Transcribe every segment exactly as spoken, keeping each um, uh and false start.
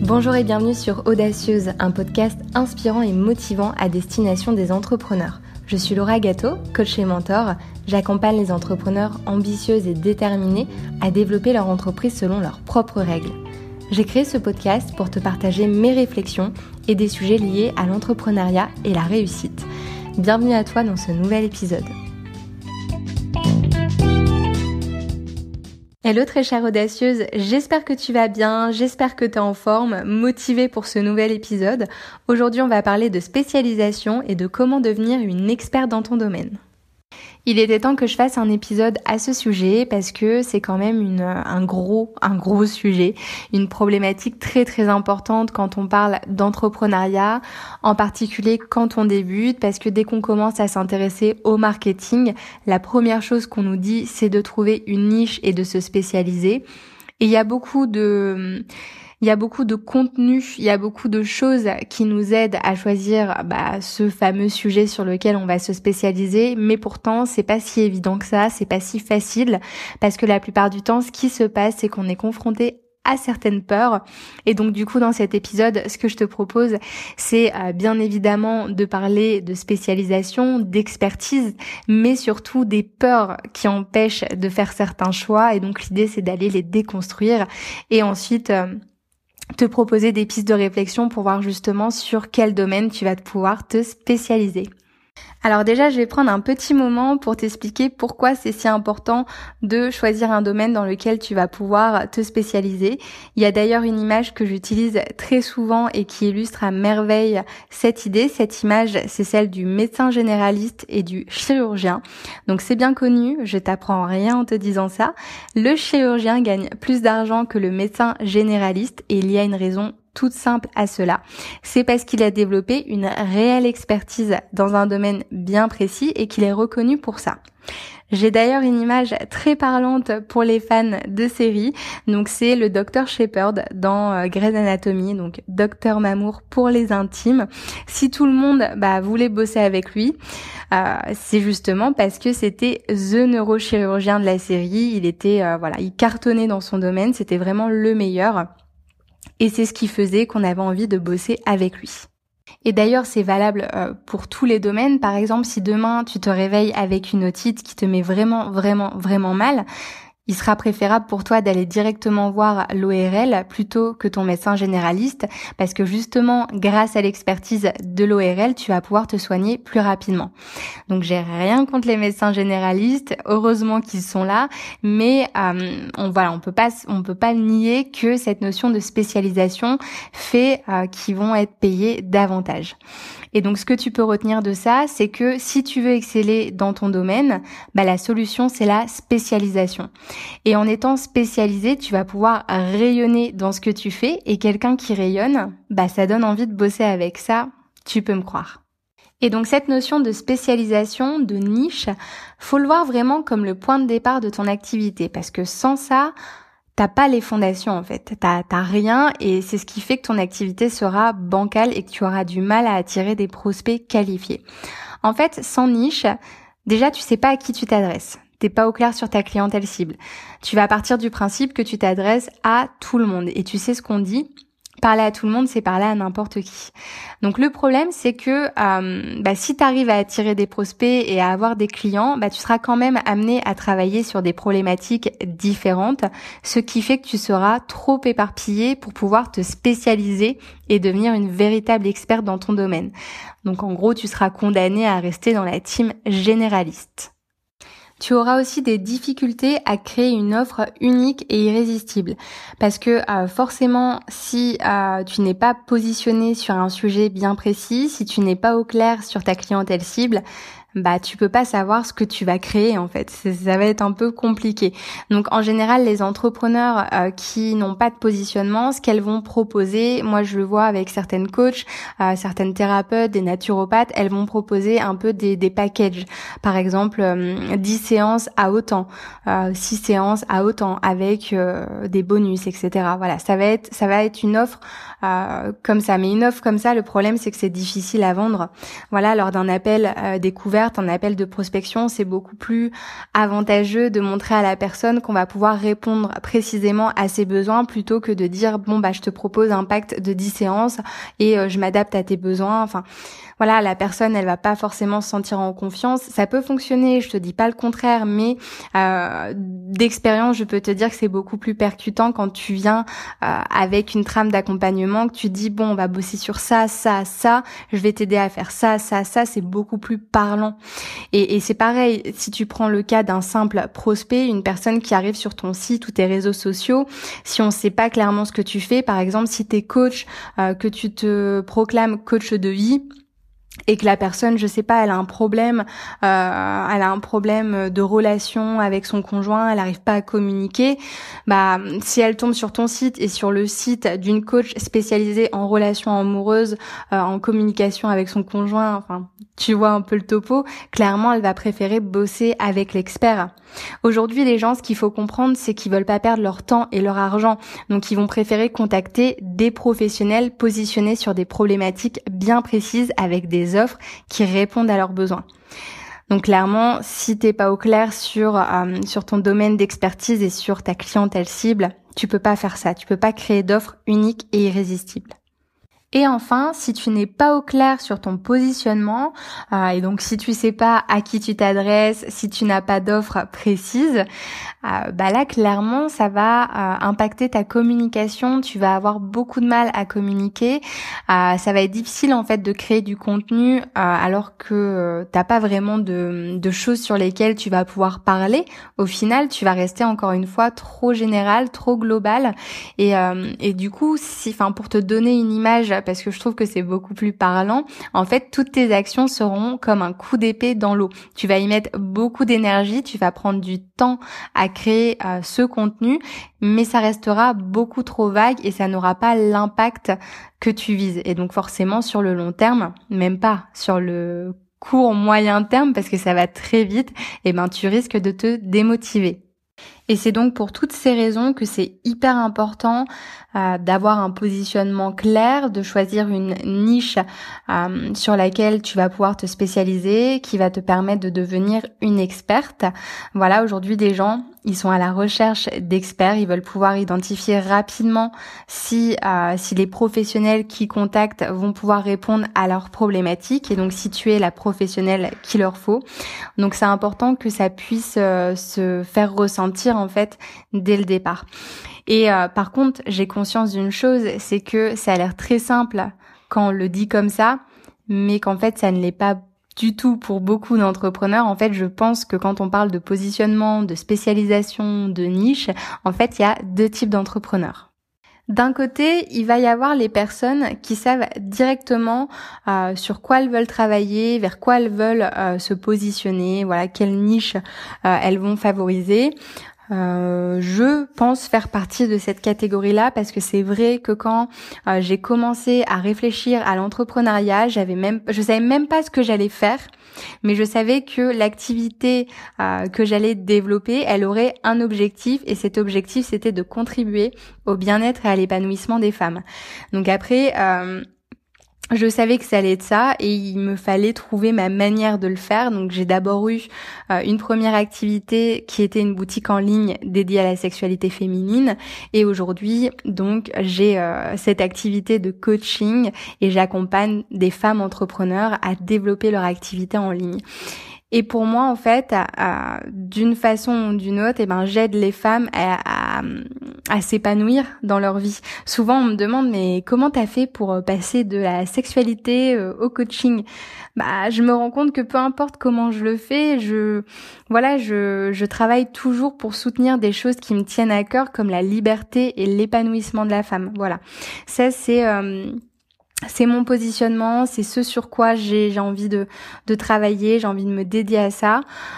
Bonjour et bienvenue sur Audacieuse, un podcast inspirant et motivant à destination des entrepreneurs. Je suis Laura Gâteau, coach et mentor. J'accompagne les entrepreneurs ambitieux et déterminés à développer leur entreprise selon leurs propres règles. J'ai créé ce podcast pour te partager mes réflexions et des sujets liés à l'entrepreneuriat et la réussite. Bienvenue à toi dans ce nouvel épisode. Hello très chère audacieuse, j'espère que tu vas bien, j'espère que tu es en forme, motivée pour ce nouvel épisode. Aujourd'hui on va parler de spécialisation et de comment devenir une experte dans ton domaine. Il était temps que je fasse un épisode à ce sujet parce que c'est quand même une, un gros, un gros sujet, une problématique très très importante quand on parle d'entrepreneuriat, en particulier quand on débute, parce que dès qu'on commence à s'intéresser au marketing, la première chose qu'on nous dit, c'est de trouver une niche et de se spécialiser. Et il y a beaucoup de... Il y a beaucoup de contenu, il y a beaucoup de choses qui nous aident à choisir bah, ce fameux sujet sur lequel on va se spécialiser, mais pourtant c'est pas si évident que ça, c'est pas si facile, parce que la plupart du temps, ce qui se passe, c'est qu'on est confronté à certaines peurs. Et donc du coup dans cet épisode, ce que je te propose, c'est euh, bien évidemment de parler de spécialisation, d'expertise, mais surtout des peurs qui empêchent de faire certains choix. Et donc l'idée c'est d'aller les déconstruire et ensuite euh, te proposer des pistes de réflexion pour voir justement sur quel domaine tu vas pouvoir te spécialiser. Alors déjà, je vais prendre un petit moment pour t'expliquer pourquoi c'est si important de choisir un domaine dans lequel tu vas pouvoir te spécialiser. Il y a d'ailleurs une image que j'utilise très souvent et qui illustre à merveille cette idée. Cette image, c'est celle du médecin généraliste et du chirurgien. Donc c'est bien connu, je t'apprends rien en te disant ça. Le chirurgien gagne plus d'argent que le médecin généraliste et il y a une raison toute simple à cela. C'est parce qu'il a développé une réelle expertise dans un domaine bien précis et qu'il est reconnu pour ça. J'ai d'ailleurs une image très parlante pour les fans de séries. Donc c'est le docteur Shepard dans euh, Grey's Anatomy, donc docteur Mamour pour les intimes. Si tout le monde bah, voulait bosser avec lui, euh, c'est justement parce que c'était the neurochirurgien de la série. Il était euh, voilà, il cartonnait dans son domaine, c'était vraiment le meilleur. Et c'est ce qui faisait qu'on avait envie de bosser avec lui. Et d'ailleurs, c'est valable euh, pour tous les domaines. Par exemple, si demain, tu te réveilles avec une otite qui te met vraiment, vraiment, vraiment mal, il sera préférable pour toi d'aller directement voir l'O R L plutôt que ton médecin généraliste parce que justement, grâce à l'expertise de l'O R L, tu vas pouvoir te soigner plus rapidement. Donc, j'ai rien contre les médecins généralistes, heureusement qu'ils sont là, mais euh, on voilà, on peut pas on peut pas nier que cette notion de spécialisation fait euh, qu'ils vont être payés davantage. Et donc, ce que tu peux retenir de ça, c'est que si tu veux exceller dans ton domaine, bah, la solution, c'est la spécialisation. Et en étant spécialisé, tu vas pouvoir rayonner dans ce que tu fais et quelqu'un qui rayonne, bah, ça donne envie de bosser avec ça, tu peux me croire. Et donc, cette notion de spécialisation, de niche, faut le voir vraiment comme le point de départ de ton activité parce que sans ça, t'as pas les fondations en fait, t'as, t'as rien et c'est ce qui fait que ton activité sera bancale et que tu auras du mal à attirer des prospects qualifiés. En fait, sans niche, déjà tu sais pas à qui tu t'adresses, t'es pas au clair sur ta clientèle cible. Tu vas partir du principe que tu t'adresses à tout le monde et tu sais ce qu'on dit, parler à tout le monde, c'est parler à n'importe qui. Donc le problème, c'est que euh, bah, si tu arrives à attirer des prospects et à avoir des clients, bah, tu seras quand même amené à travailler sur des problématiques différentes, ce qui fait que tu seras trop éparpillé pour pouvoir te spécialiser et devenir une véritable experte dans ton domaine. Donc en gros, tu seras condamné à rester dans la team généraliste. Tu auras aussi des difficultés à créer une offre unique et irrésistible parce que euh, forcément si euh, tu n'es pas positionné sur un sujet bien précis, si tu n'es pas au clair sur ta clientèle cible, bah tu peux pas savoir ce que tu vas créer en fait. C'est, ça va être un peu compliqué. Donc en général, les entrepreneurs euh, qui n'ont pas de positionnement, ce qu'elles vont proposer, moi je le vois avec certaines coachs, euh, certaines thérapeutes, des naturopathes, elles vont proposer un peu des, des packages. Par exemple, euh, dix séances à autant, euh, six séances à autant avec euh, des bonus, et cetera. Voilà, ça va être ça va être une offre euh, comme ça. Mais une offre comme ça, le problème c'est que c'est difficile à vendre. Voilà, lors d'un appel euh, découvert, ouverte, en appel de prospection, c'est beaucoup plus avantageux de montrer à la personne qu'on va pouvoir répondre précisément à ses besoins plutôt que de dire bon bah je te propose un pacte de dix séances et euh, je m'adapte à tes besoins. Enfin voilà, la personne elle va pas forcément se sentir en confiance. Ça peut fonctionner, je te dis pas le contraire, mais euh, d'expérience je peux te dire que c'est beaucoup plus percutant quand tu viens euh, avec une trame d'accompagnement, que tu dis bon on va bosser sur ça, ça, ça, je vais t'aider à faire ça, ça, ça, c'est beaucoup plus parlant. Et, et c'est pareil, si tu prends le cas d'un simple prospect, une personne qui arrive sur ton site ou tes réseaux sociaux, si on sait pas clairement ce que tu fais, par exemple si t'es coach, euh, que tu te proclames coach de vie, et que la personne, je sais pas, elle a un problème, euh, elle a un problème de relation avec son conjoint, elle n'arrive pas à communiquer, bah si elle tombe sur ton site et sur le site d'une coach spécialisée en relations amoureuses, euh, en communication avec son conjoint, enfin tu vois un peu le topo, clairement elle va préférer bosser avec l'expert. Aujourd'hui, les gens, ce qu'il faut comprendre, c'est qu'ils veulent pas perdre leur temps et leur argent. Donc, ils vont préférer contacter des professionnels positionnés sur des problématiques bien précises avec des offres qui répondent à leurs besoins. Donc, clairement, si t'es pas au clair sur, euh, sur ton domaine d'expertise et sur ta clientèle cible, tu peux pas faire ça. Tu peux pas créer d'offres uniques et irrésistibles. Et enfin, si tu n'es pas au clair sur ton positionnement, euh, et donc si tu sais pas à qui tu t'adresses, si tu n'as pas d'offre précise, euh, bah là clairement ça va euh, impacter ta communication. Tu vas avoir beaucoup de mal à communiquer. Euh, ça va être difficile en fait de créer du contenu euh, alors que euh, t'as pas vraiment de, de choses sur lesquelles tu vas pouvoir parler. Au final, tu vas rester encore une fois trop général, trop global. Et, euh, et du coup, si, enfin pour te donner une image, parce que je trouve que c'est beaucoup plus parlant, en fait, toutes tes actions seront comme un coup d'épée dans l'eau. Tu vas y mettre beaucoup d'énergie, tu vas prendre du temps à créer euh, ce contenu, mais ça restera beaucoup trop vague et ça n'aura pas l'impact que tu vises. Et donc forcément, sur le long terme, même pas sur le court moyen terme, parce que ça va très vite, et ben tu risques de te démotiver. Et c'est donc pour toutes ces raisons que c'est hyper important euh, d'avoir un positionnement clair, de choisir une niche euh, sur laquelle tu vas pouvoir te spécialiser, qui va te permettre de devenir une experte. Voilà, aujourd'hui des gens, ils sont à la recherche d'experts, ils veulent pouvoir identifier rapidement si euh, si les professionnels qui contactent vont pouvoir répondre à leurs problématiques et donc si tu es la professionnelle qu'il leur faut. Donc c'est important que ça puisse euh, se faire ressentir en fait dès le départ. Et euh, par contre, j'ai conscience d'une chose, c'est que ça a l'air très simple quand on le dit comme ça, mais qu'en fait ça ne l'est pas du tout pour beaucoup d'entrepreneurs. En fait, je pense que quand on parle de positionnement, de spécialisation, de niche, en fait, il y a deux types d'entrepreneurs. D'un côté, il va y avoir les personnes qui savent directement euh, sur quoi elles veulent travailler, vers quoi elles veulent euh, se positionner, voilà, quelle niche euh, elles vont favoriser. Euh, je pense faire partie de cette catégorie-là parce que c'est vrai que quand euh, j'ai commencé à réfléchir à l'entrepreneuriat, j'avais même, je savais même pas ce que j'allais faire, mais je savais que l'activité euh, que j'allais développer, elle aurait un objectif et cet objectif c'était de contribuer au bien-être et à l'épanouissement des femmes. Donc après, euh, je savais que ça allait être ça et il me fallait trouver ma manière de le faire. Donc j'ai d'abord eu euh, une première activité qui était une boutique en ligne dédiée à la sexualité féminine et aujourd'hui donc j'ai euh, cette activité de coaching et j'accompagne des femmes entrepreneurs à développer leur activité en ligne. Et pour moi, en fait, à, à, d'une façon ou d'une autre, eh ben, j'aide les femmes à, à, à s'épanouir dans leur vie. Souvent, on me demande, mais comment t'as fait pour passer de la sexualité euh, au coaching ? Bah, je me rends compte que peu importe comment je le fais, je, voilà, je, je travaille toujours pour soutenir des choses qui me tiennent à cœur, comme la liberté et l'épanouissement de la femme. Voilà. Ça, c'est, euh, C'est mon positionnement, c'est ce sur quoi j'ai, j'ai envie de, de travailler, j'ai envie de me dédier à ça.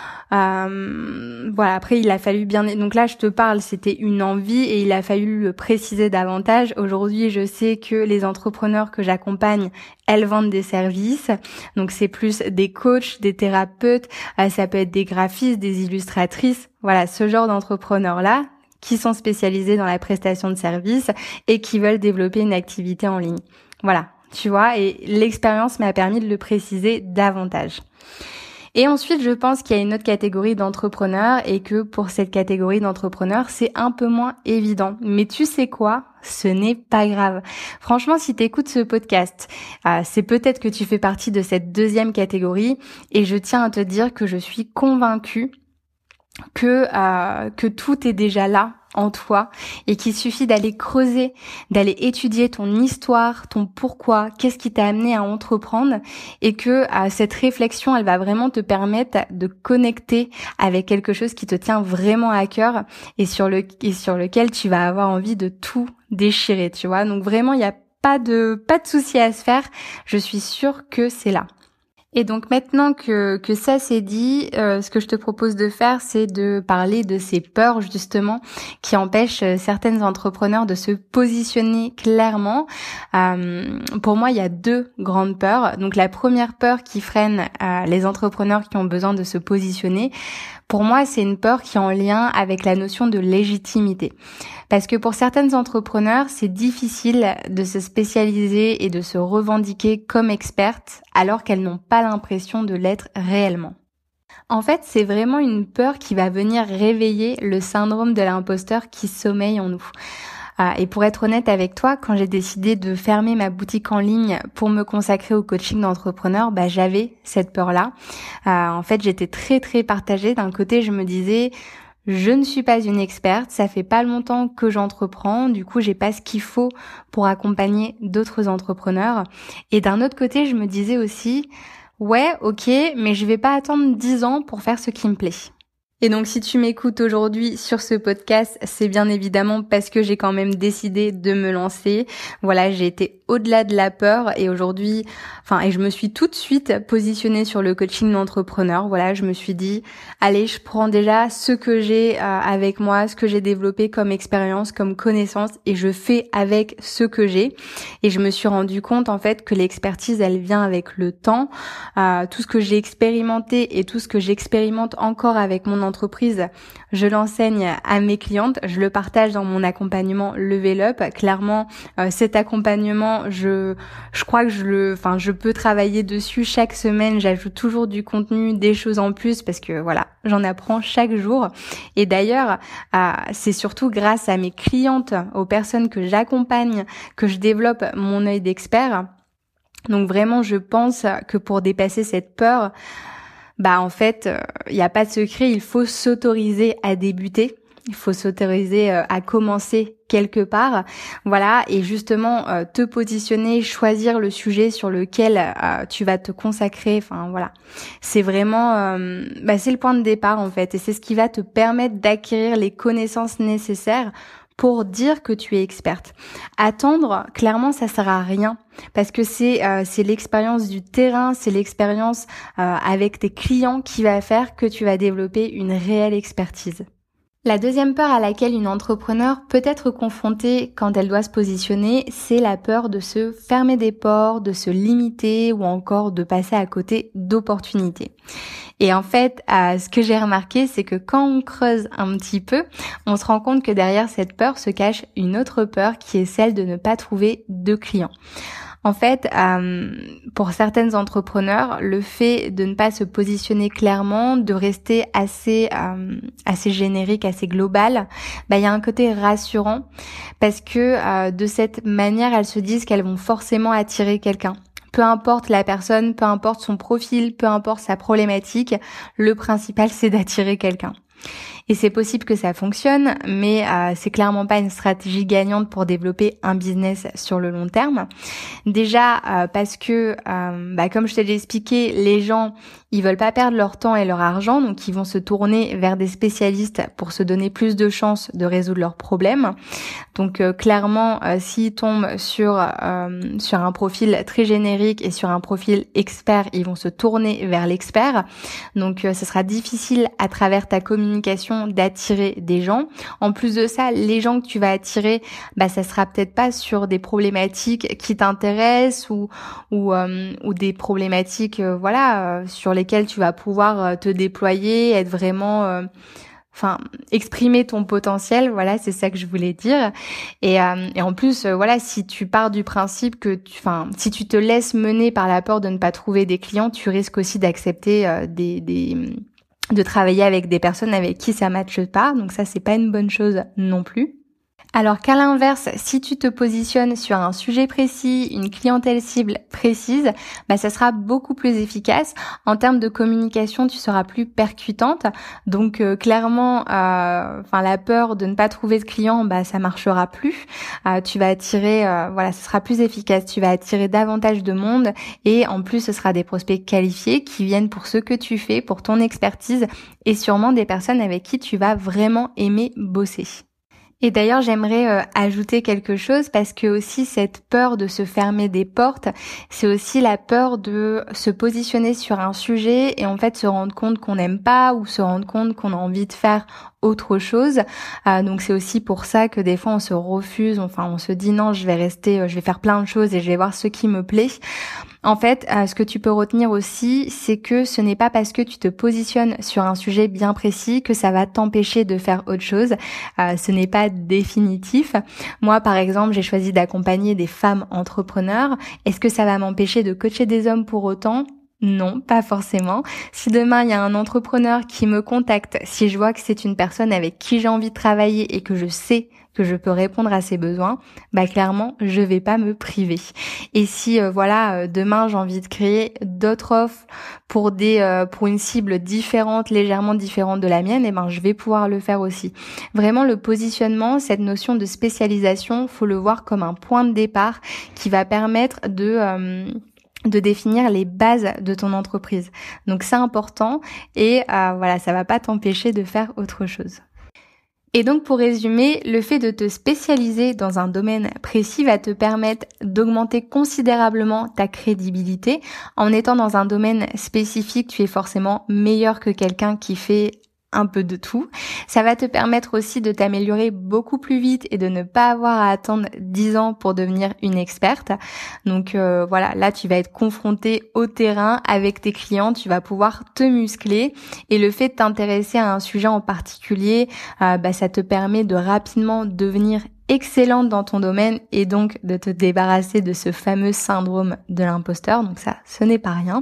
Euh, voilà, après il a fallu bien... Donc là je te parle, c'était une envie et il a fallu le préciser davantage. Aujourd'hui je sais que les entrepreneurs que j'accompagne, elles vendent des services. Donc c'est plus des coachs, des thérapeutes, euh, ça peut être des graphistes, des illustratrices. Voilà, ce genre d'entrepreneurs-là qui sont spécialisés dans la prestation de services et qui veulent développer une activité en ligne. Voilà, tu vois, et l'expérience m'a permis de le préciser davantage. Et ensuite, je pense qu'il y a une autre catégorie d'entrepreneurs et que pour cette catégorie d'entrepreneurs, c'est un peu moins évident. Mais tu sais quoi ? Ce n'est pas grave. Franchement, si tu écoutes ce podcast, euh, c'est peut-être que tu fais partie de cette deuxième catégorie et je tiens à te dire que je suis convaincue que euh, que tout est déjà là en toi et qu'il suffit d'aller creuser, d'aller étudier ton histoire, ton pourquoi, qu'est-ce qui t'a amené à entreprendre et que euh, cette réflexion, elle va vraiment te permettre de connecter avec quelque chose qui te tient vraiment à cœur et sur le et sur lequel tu vas avoir envie de tout déchirer, tu vois. Donc vraiment, il n'y a pas de pas de souci à se faire. Je suis sûre que c'est là. Et donc maintenant que que ça c'est dit, euh, ce que je te propose de faire, c'est de parler de ces peurs justement qui empêchent certaines entrepreneurs de se positionner clairement. Euh, pour moi, il y a deux grandes peurs. Donc la première peur qui freine euh, les entrepreneurs qui ont besoin de se positionner, pour moi, c'est une peur qui est en lien avec la notion de légitimité. Parce que pour certaines entrepreneurs, c'est difficile de se spécialiser et de se revendiquer comme experte alors qu'elles n'ont pas l'impression de l'être réellement. En fait, c'est vraiment une peur qui va venir réveiller le syndrome de l'imposteur qui sommeille en nous. Euh, et pour être honnête avec toi, quand j'ai décidé de fermer ma boutique en ligne pour me consacrer au coaching d'entrepreneurs, bah j'avais cette peur-là. Euh, en fait, j'étais très très partagée. D'un côté, je me disais je ne suis pas une experte, ça fait pas longtemps que j'entreprends, du coup, j'ai pas ce qu'il faut pour accompagner d'autres entrepreneurs. Et d'un autre côté, je me disais aussi ouais, OK, mais je vais pas attendre dix ans pour faire ce qui me plaît. Et donc si tu m'écoutes aujourd'hui sur ce podcast, c'est bien évidemment parce que j'ai quand même décidé de me lancer. Voilà, j'ai été au-delà de la peur et aujourd'hui, enfin et je me suis tout de suite positionnée sur le coaching d'entrepreneur. Voilà, je me suis dit allez, je prends déjà ce que j'ai euh, avec moi, ce que j'ai développé comme expérience, comme connaissance et je fais avec ce que j'ai. Et je me suis rendu compte en fait que l'expertise, elle vient avec le temps. Euh, tout ce que j'ai expérimenté et tout ce que j'expérimente encore avec mon entreprise, je l'enseigne à mes clientes, je le partage dans mon accompagnement Level Up. Clairement, euh, cet accompagnement, je je crois que je le enfin je peux travailler dessus chaque semaine, j'ajoute toujours du contenu, des choses en plus parce que voilà, j'en apprends chaque jour. Et d'ailleurs, euh, c'est surtout grâce à mes clientes, aux personnes que j'accompagne, que je développe mon œil d'expert. Donc vraiment, je pense que pour dépasser cette peur, bah en fait, il euh, n'y a pas de secret, il faut s'autoriser à débuter, il faut s'autoriser euh, à commencer quelque part, voilà, et justement euh, te positionner, choisir le sujet sur lequel euh, tu vas te consacrer, enfin voilà, c'est vraiment, euh, bah, c'est le point de départ en fait, et c'est ce qui va te permettre d'acquérir les connaissances nécessaires pour dire que tu es experte. Attendre, clairement, ça sert à rien parce que c'est euh, c'est l'expérience du terrain, c'est l'expérience euh, avec tes clients qui va faire que tu vas développer une réelle expertise. La deuxième peur à laquelle une entrepreneur peut être confrontée quand elle doit se positionner, c'est la peur de se fermer des portes, de se limiter ou encore de passer à côté d'opportunités. Et en fait, euh, ce que j'ai remarqué, c'est que quand on creuse un petit peu, on se rend compte que derrière cette peur se cache une autre peur qui est celle de ne pas trouver de clients. En fait, euh, pour certaines entrepreneurs, le fait de ne pas se positionner clairement, de rester assez euh, assez générique, assez global, bah il y a un côté rassurant parce que euh, de cette manière, elles se disent qu'elles vont forcément attirer quelqu'un. Peu importe la personne, peu importe son profil, peu importe sa problématique, le principal c'est d'attirer quelqu'un. Et c'est possible que ça fonctionne, mais euh, c'est clairement pas une stratégie gagnante pour développer un business sur le long terme. Déjà euh, parce que, euh, bah, comme je te l'ai expliqué, les gens ils veulent pas perdre leur temps et leur argent, donc ils vont se tourner vers des spécialistes pour se donner plus de chances de résoudre leurs problèmes. Donc euh, clairement, euh, s'ils tombent sur euh, sur un profil très générique et sur un profil expert, ils vont se tourner vers l'expert. Donc euh, ce sera difficile à travers ta communication d'attirer des gens. En plus de ça, les gens que tu vas attirer, bah ça sera peut-être pas sur des problématiques qui t'intéressent ou ou euh, ou des problématiques euh, voilà euh, sur lesquelles tu vas pouvoir euh, te déployer, être vraiment euh, enfin exprimer ton potentiel, voilà, c'est ça que je voulais dire. Et, euh, et en plus, euh, voilà, si tu pars du principe que, tu, enfin, si tu te laisses mener par la peur de ne pas trouver des clients, tu risques aussi d'accepter euh, des, des, de travailler avec des personnes avec qui ça matche pas. Donc ça, c'est pas une bonne chose non plus. Alors qu'à l'inverse, si tu te positionnes sur un sujet précis, une clientèle cible précise, bah ça sera beaucoup plus efficace. En termes de communication, tu seras plus percutante. Donc euh, clairement, euh, enfin la peur de ne pas trouver de clients, bah ça marchera plus. Euh, tu vas attirer, euh, voilà, ce sera plus efficace. Tu vas attirer davantage de monde et en plus, ce sera des prospects qualifiés qui viennent pour ce que tu fais, pour ton expertise et sûrement des personnes avec qui tu vas vraiment aimer bosser. Et d'ailleurs, j'aimerais euh, ajouter quelque chose parce que aussi cette peur de se fermer des portes, c'est aussi la peur de se positionner sur un sujet et en fait se rendre compte qu'on n'aime pas ou se rendre compte qu'on a envie de faire autre chose. Euh, donc c'est aussi pour ça que des fois on se refuse, enfin on se dit non, je vais rester, euh, je vais faire plein de choses et je vais voir ce qui me plaît. En fait, euh, ce que tu peux retenir aussi, c'est que ce n'est pas parce que tu te positionnes sur un sujet bien précis que ça va t'empêcher de faire autre chose. Euh, ce n'est pas définitif. Moi, par exemple, j'ai choisi d'accompagner des femmes entrepreneurs. Est-ce que ça va m'empêcher de coacher des hommes pour autant ? Non, pas forcément. Si demain il y a un entrepreneur qui me contacte, si je vois que c'est une personne avec qui j'ai envie de travailler et que je sais que je peux répondre à ses besoins, bah clairement, je vais pas me priver. Et si euh, voilà, euh, demain j'ai envie de créer d'autres offres pour des euh, pour une cible différente, légèrement différente de la mienne, et ben je vais pouvoir le faire aussi. Vraiment le positionnement, cette notion de spécialisation, faut le voir comme un point de départ qui va permettre de euh, de définir les bases de ton entreprise. Donc c'est important et euh, voilà, ça va pas t'empêcher de faire autre chose. Et donc pour résumer, le fait de te spécialiser dans un domaine précis va te permettre d'augmenter considérablement ta crédibilité. En étant dans un domaine spécifique, tu es forcément meilleur que quelqu'un qui fait un peu de tout. Ça va te permettre aussi de t'améliorer beaucoup plus vite et de ne pas avoir à attendre dix ans pour devenir une experte. Donc euh, voilà, là tu vas être confronté au terrain avec tes clients, tu vas pouvoir te muscler et le fait de t'intéresser à un sujet en particulier, euh, bah, ça te permet de rapidement devenir excellente dans ton domaine et donc de te débarrasser de ce fameux syndrome de l'imposteur. Donc ça, ce n'est pas rien.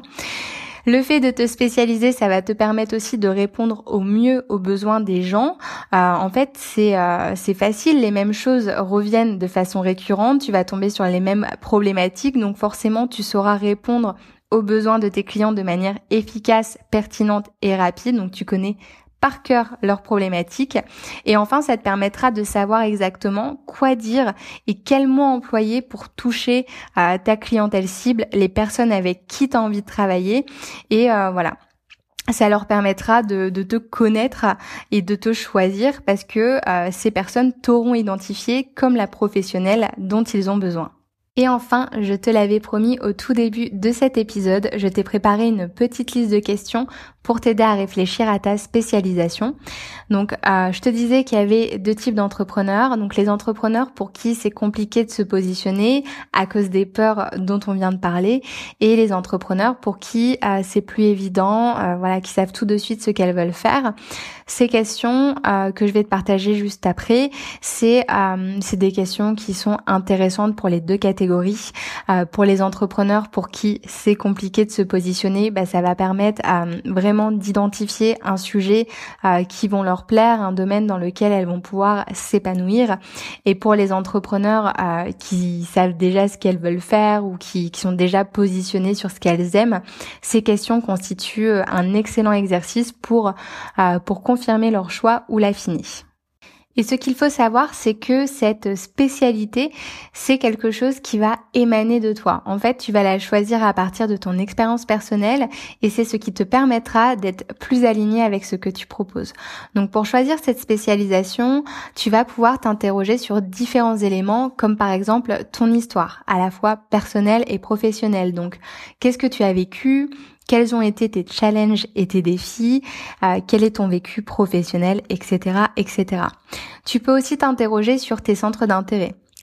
Le fait de te spécialiser, ça va te permettre aussi de répondre au mieux aux besoins des gens. Euh, en fait, c'est euh, c'est facile, les mêmes choses reviennent de façon récurrente, tu vas tomber sur les mêmes problématiques, donc forcément tu sauras répondre aux besoins de tes clients de manière efficace, pertinente et rapide. Donc tu connais par cœur leurs problématiques. Et enfin, ça te permettra de savoir exactement quoi dire et quels mots employer pour toucher euh, ta clientèle cible, les personnes avec qui tu as envie de travailler. Et euh, voilà. Ça leur permettra de, de te connaître et de te choisir parce que euh, ces personnes t'auront identifié comme la professionnelle dont ils ont besoin. Et enfin, je te l'avais promis au tout début de cet épisode, je t'ai préparé une petite liste de questions pour t'aider à réfléchir à ta spécialisation. Donc, euh, je te disais qu'il y avait deux types d'entrepreneurs. Donc, les entrepreneurs pour qui c'est compliqué de se positionner à cause des peurs dont on vient de parler, et les entrepreneurs pour qui euh, c'est plus évident, euh, voilà, qui savent tout de suite ce qu'elles veulent faire. Ces questions euh, que je vais te partager juste après, c'est euh, c'est des questions qui sont intéressantes pour les deux catégories. Euh, pour les entrepreneurs pour qui c'est compliqué de se positionner, bah, ça va permettre euh, vraiment d'identifier un sujet euh, qui vont leur plaire, un domaine dans lequel elles vont pouvoir s'épanouir. Et pour les entrepreneurs euh, qui savent déjà ce qu'elles veulent faire ou qui, qui sont déjà positionnés sur ce qu'elles aiment, ces questions constituent un excellent exercice pour, euh, pour confirmer leur choix ou l'affiner. Et ce qu'il faut savoir, c'est que cette spécialité, c'est quelque chose qui va émaner de toi. En fait, tu vas la choisir à partir de ton expérience personnelle et c'est ce qui te permettra d'être plus aligné avec ce que tu proposes. Donc, pour choisir cette spécialisation, tu vas pouvoir t'interroger sur différents éléments, comme par exemple ton histoire, à la fois personnelle et professionnelle. Donc, qu'est-ce que tu as vécu ? Quels ont été tes challenges et tes défis, euh, quel est ton vécu professionnel, et cetera, et cetera. Tu peux aussi t'interroger sur tes centres d'intérêt.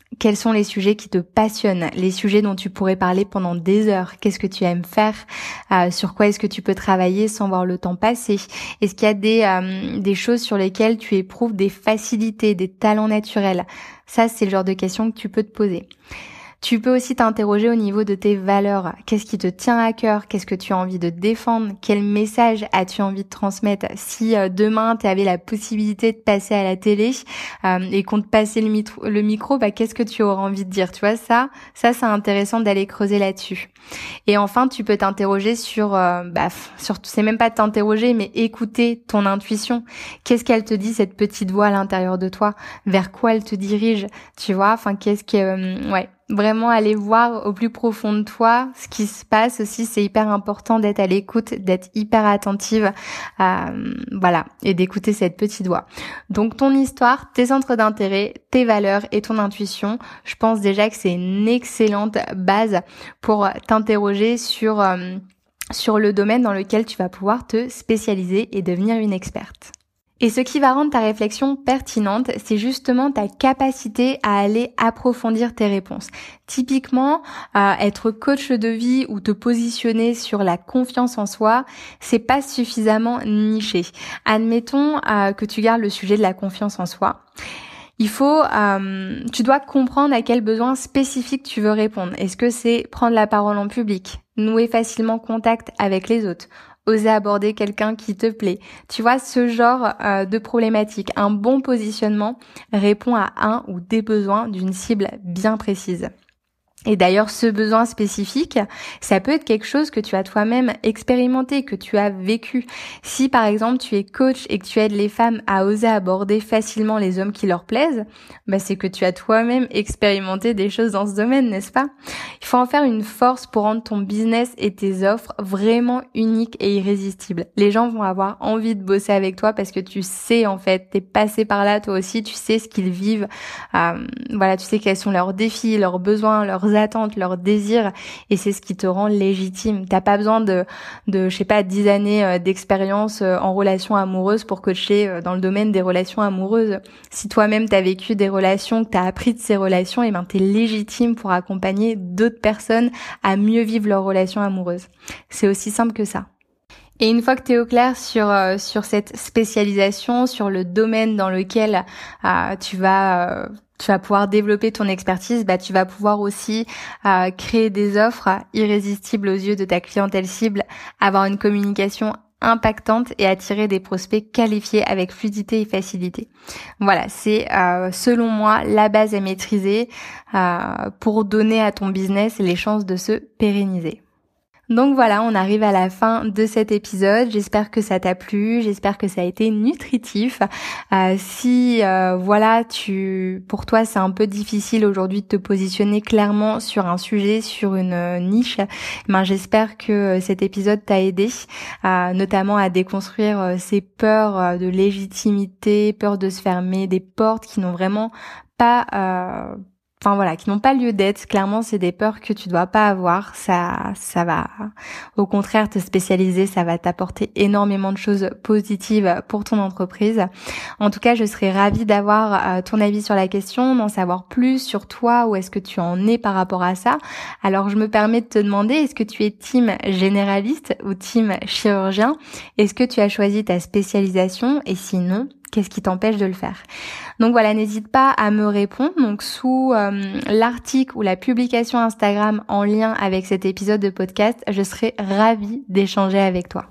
Quels sont les sujets qui te passionnent, les sujets dont tu pourrais parler pendant des heures? Qu'est-ce que tu aimes faire? euh, Sur quoi est-ce que tu peux travailler sans voir le temps passer? Est-ce qu'il y a des, euh, des choses sur lesquelles tu éprouves des facilités, des talents naturels? Ça, c'est le genre de questions que tu peux te poser. Tu peux aussi t'interroger au niveau de tes valeurs. Qu'est-ce qui te tient à cœur? Qu'est-ce que tu as envie de défendre? Quel message as-tu envie de transmettre? Si euh, demain tu avais la possibilité de passer à la télé euh, et qu'on te passait le, mitro- le micro, bah qu'est-ce que tu aurais envie de dire? Tu vois, ça, ça c'est intéressant d'aller creuser là-dessus. Et enfin, tu peux t'interroger sur, euh, bah, sur, c'est même pas t'interroger, mais écouter ton intuition. Qu'est-ce qu'elle te dit, cette petite voix à l'intérieur de toi? Vers quoi elle te dirige? Tu vois, enfin, qu'est-ce que, euh, ouais. Vraiment aller voir au plus profond de toi ce qui se passe aussi. C'est hyper important d'être à l'écoute, d'être hyper attentive, euh, voilà, et d'écouter cette petite voix. Donc ton histoire, tes centres d'intérêt, tes valeurs et ton intuition, je pense déjà que c'est une excellente base pour t'interroger sur euh, sur le domaine dans lequel tu vas pouvoir te spécialiser et devenir une experte. Et ce qui va rendre ta réflexion pertinente, c'est justement ta capacité à aller approfondir tes réponses. Typiquement, euh, être coach de vie ou te positionner sur la confiance en soi, c'est pas suffisamment niché. Admettons euh, que tu gardes le sujet de la confiance en soi. Il faut, euh, tu dois comprendre à quel besoin spécifique tu veux répondre. Est-ce que c'est prendre la parole en public, nouer facilement contact avec les autres, oser aborder quelqu'un qui te plaît? Tu vois, ce genre euh, de problématique. Un bon positionnement répond à un ou des besoins d'une cible bien précise. Et d'ailleurs, ce besoin spécifique, ça peut être quelque chose que tu as toi-même expérimenté, que tu as vécu. Si par exemple tu es coach et que tu aides les femmes à oser aborder facilement les hommes qui leur plaisent, bah c'est que tu as toi-même expérimenté des choses dans ce domaine, n'est-ce pas? Il faut en faire une force pour rendre ton business et tes offres vraiment uniques et irrésistibles. Les gens vont avoir envie de bosser avec toi parce que tu sais, en fait, t'es passé par là toi aussi, tu sais ce qu'ils vivent. Euh, voilà, tu sais quels sont leurs défis, leurs besoins, leurs attentes, leurs désirs, et c'est ce qui te rend légitime. T'as pas besoin de, de, je sais pas, dix années d'expérience en relation amoureuse pour coacher dans le domaine des relations amoureuses. Si toi-même t'as vécu des relations, que t'as appris de ces relations, et ben t'es légitime pour accompagner d'autres personnes à mieux vivre leurs relations amoureuses. C'est aussi simple que ça. Et une fois que tu es au clair sur euh, sur cette spécialisation, sur le domaine dans lequel euh, tu vas euh, tu vas pouvoir développer ton expertise, bah tu vas pouvoir aussi euh, créer des offres irrésistibles aux yeux de ta clientèle cible, avoir une communication impactante et attirer des prospects qualifiés avec fluidité et facilité. Voilà, c'est euh, selon moi la base à maîtriser euh, pour donner à ton business les chances de se pérenniser. Donc voilà, on arrive à la fin de cet épisode. J'espère que ça t'a plu, j'espère que ça a été nutritif. Euh, si euh, voilà, tu, pour toi c'est un peu difficile aujourd'hui de te positionner clairement sur un sujet, sur une euh, niche, ben j'espère que cet épisode t'a aidé, euh, notamment à déconstruire euh, ces peurs euh, de légitimité, peur de se fermer des portes qui n'ont vraiment pas euh, Enfin voilà, qui n'ont pas lieu d'être. Clairement, c'est des peurs que tu dois pas avoir. Ça, ça va, au contraire, te spécialiser. Ça va t'apporter énormément de choses positives pour ton entreprise. En tout cas, je serais ravie d'avoir euh, ton avis sur la question, d'en savoir plus sur toi, où est-ce que tu en es par rapport à ça. Alors, je me permets de te demander, est-ce que tu es team généraliste ou team chirurgien? Est-ce que tu as choisi ta spécialisation? Et sinon, qu'est-ce qui t'empêche de le faire? Donc voilà, n'hésite pas à me répondre. Donc sous euh, l'article ou la publication Instagram en lien avec cet épisode de podcast, je serai ravie d'échanger avec toi.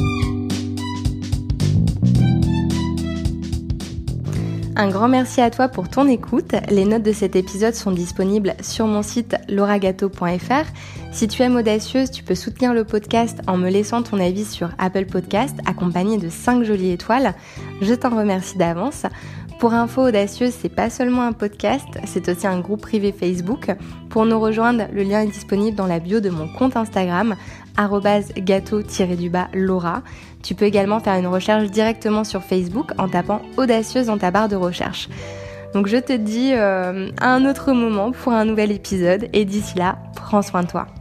Un grand merci à toi pour ton écoute. Les notes de cet épisode sont disponibles sur mon site laura gâteau point f r. Si tu aimes Audacieuse, tu peux soutenir le podcast en me laissant ton avis sur Apple Podcast accompagné de cinq jolies étoiles. Je t'en remercie d'avance. Pour info, Audacieuse, c'est pas seulement un podcast, c'est aussi un groupe privé Facebook. Pour nous rejoindre, le lien est disponible dans la bio de mon compte Instagram, arobase gâteau-du-bas Laura. Tu peux également faire une recherche directement sur Facebook en tapant Audacieuse dans ta barre de recherche. Donc je te dis euh, à un autre moment pour un nouvel épisode et d'ici là, prends soin de toi.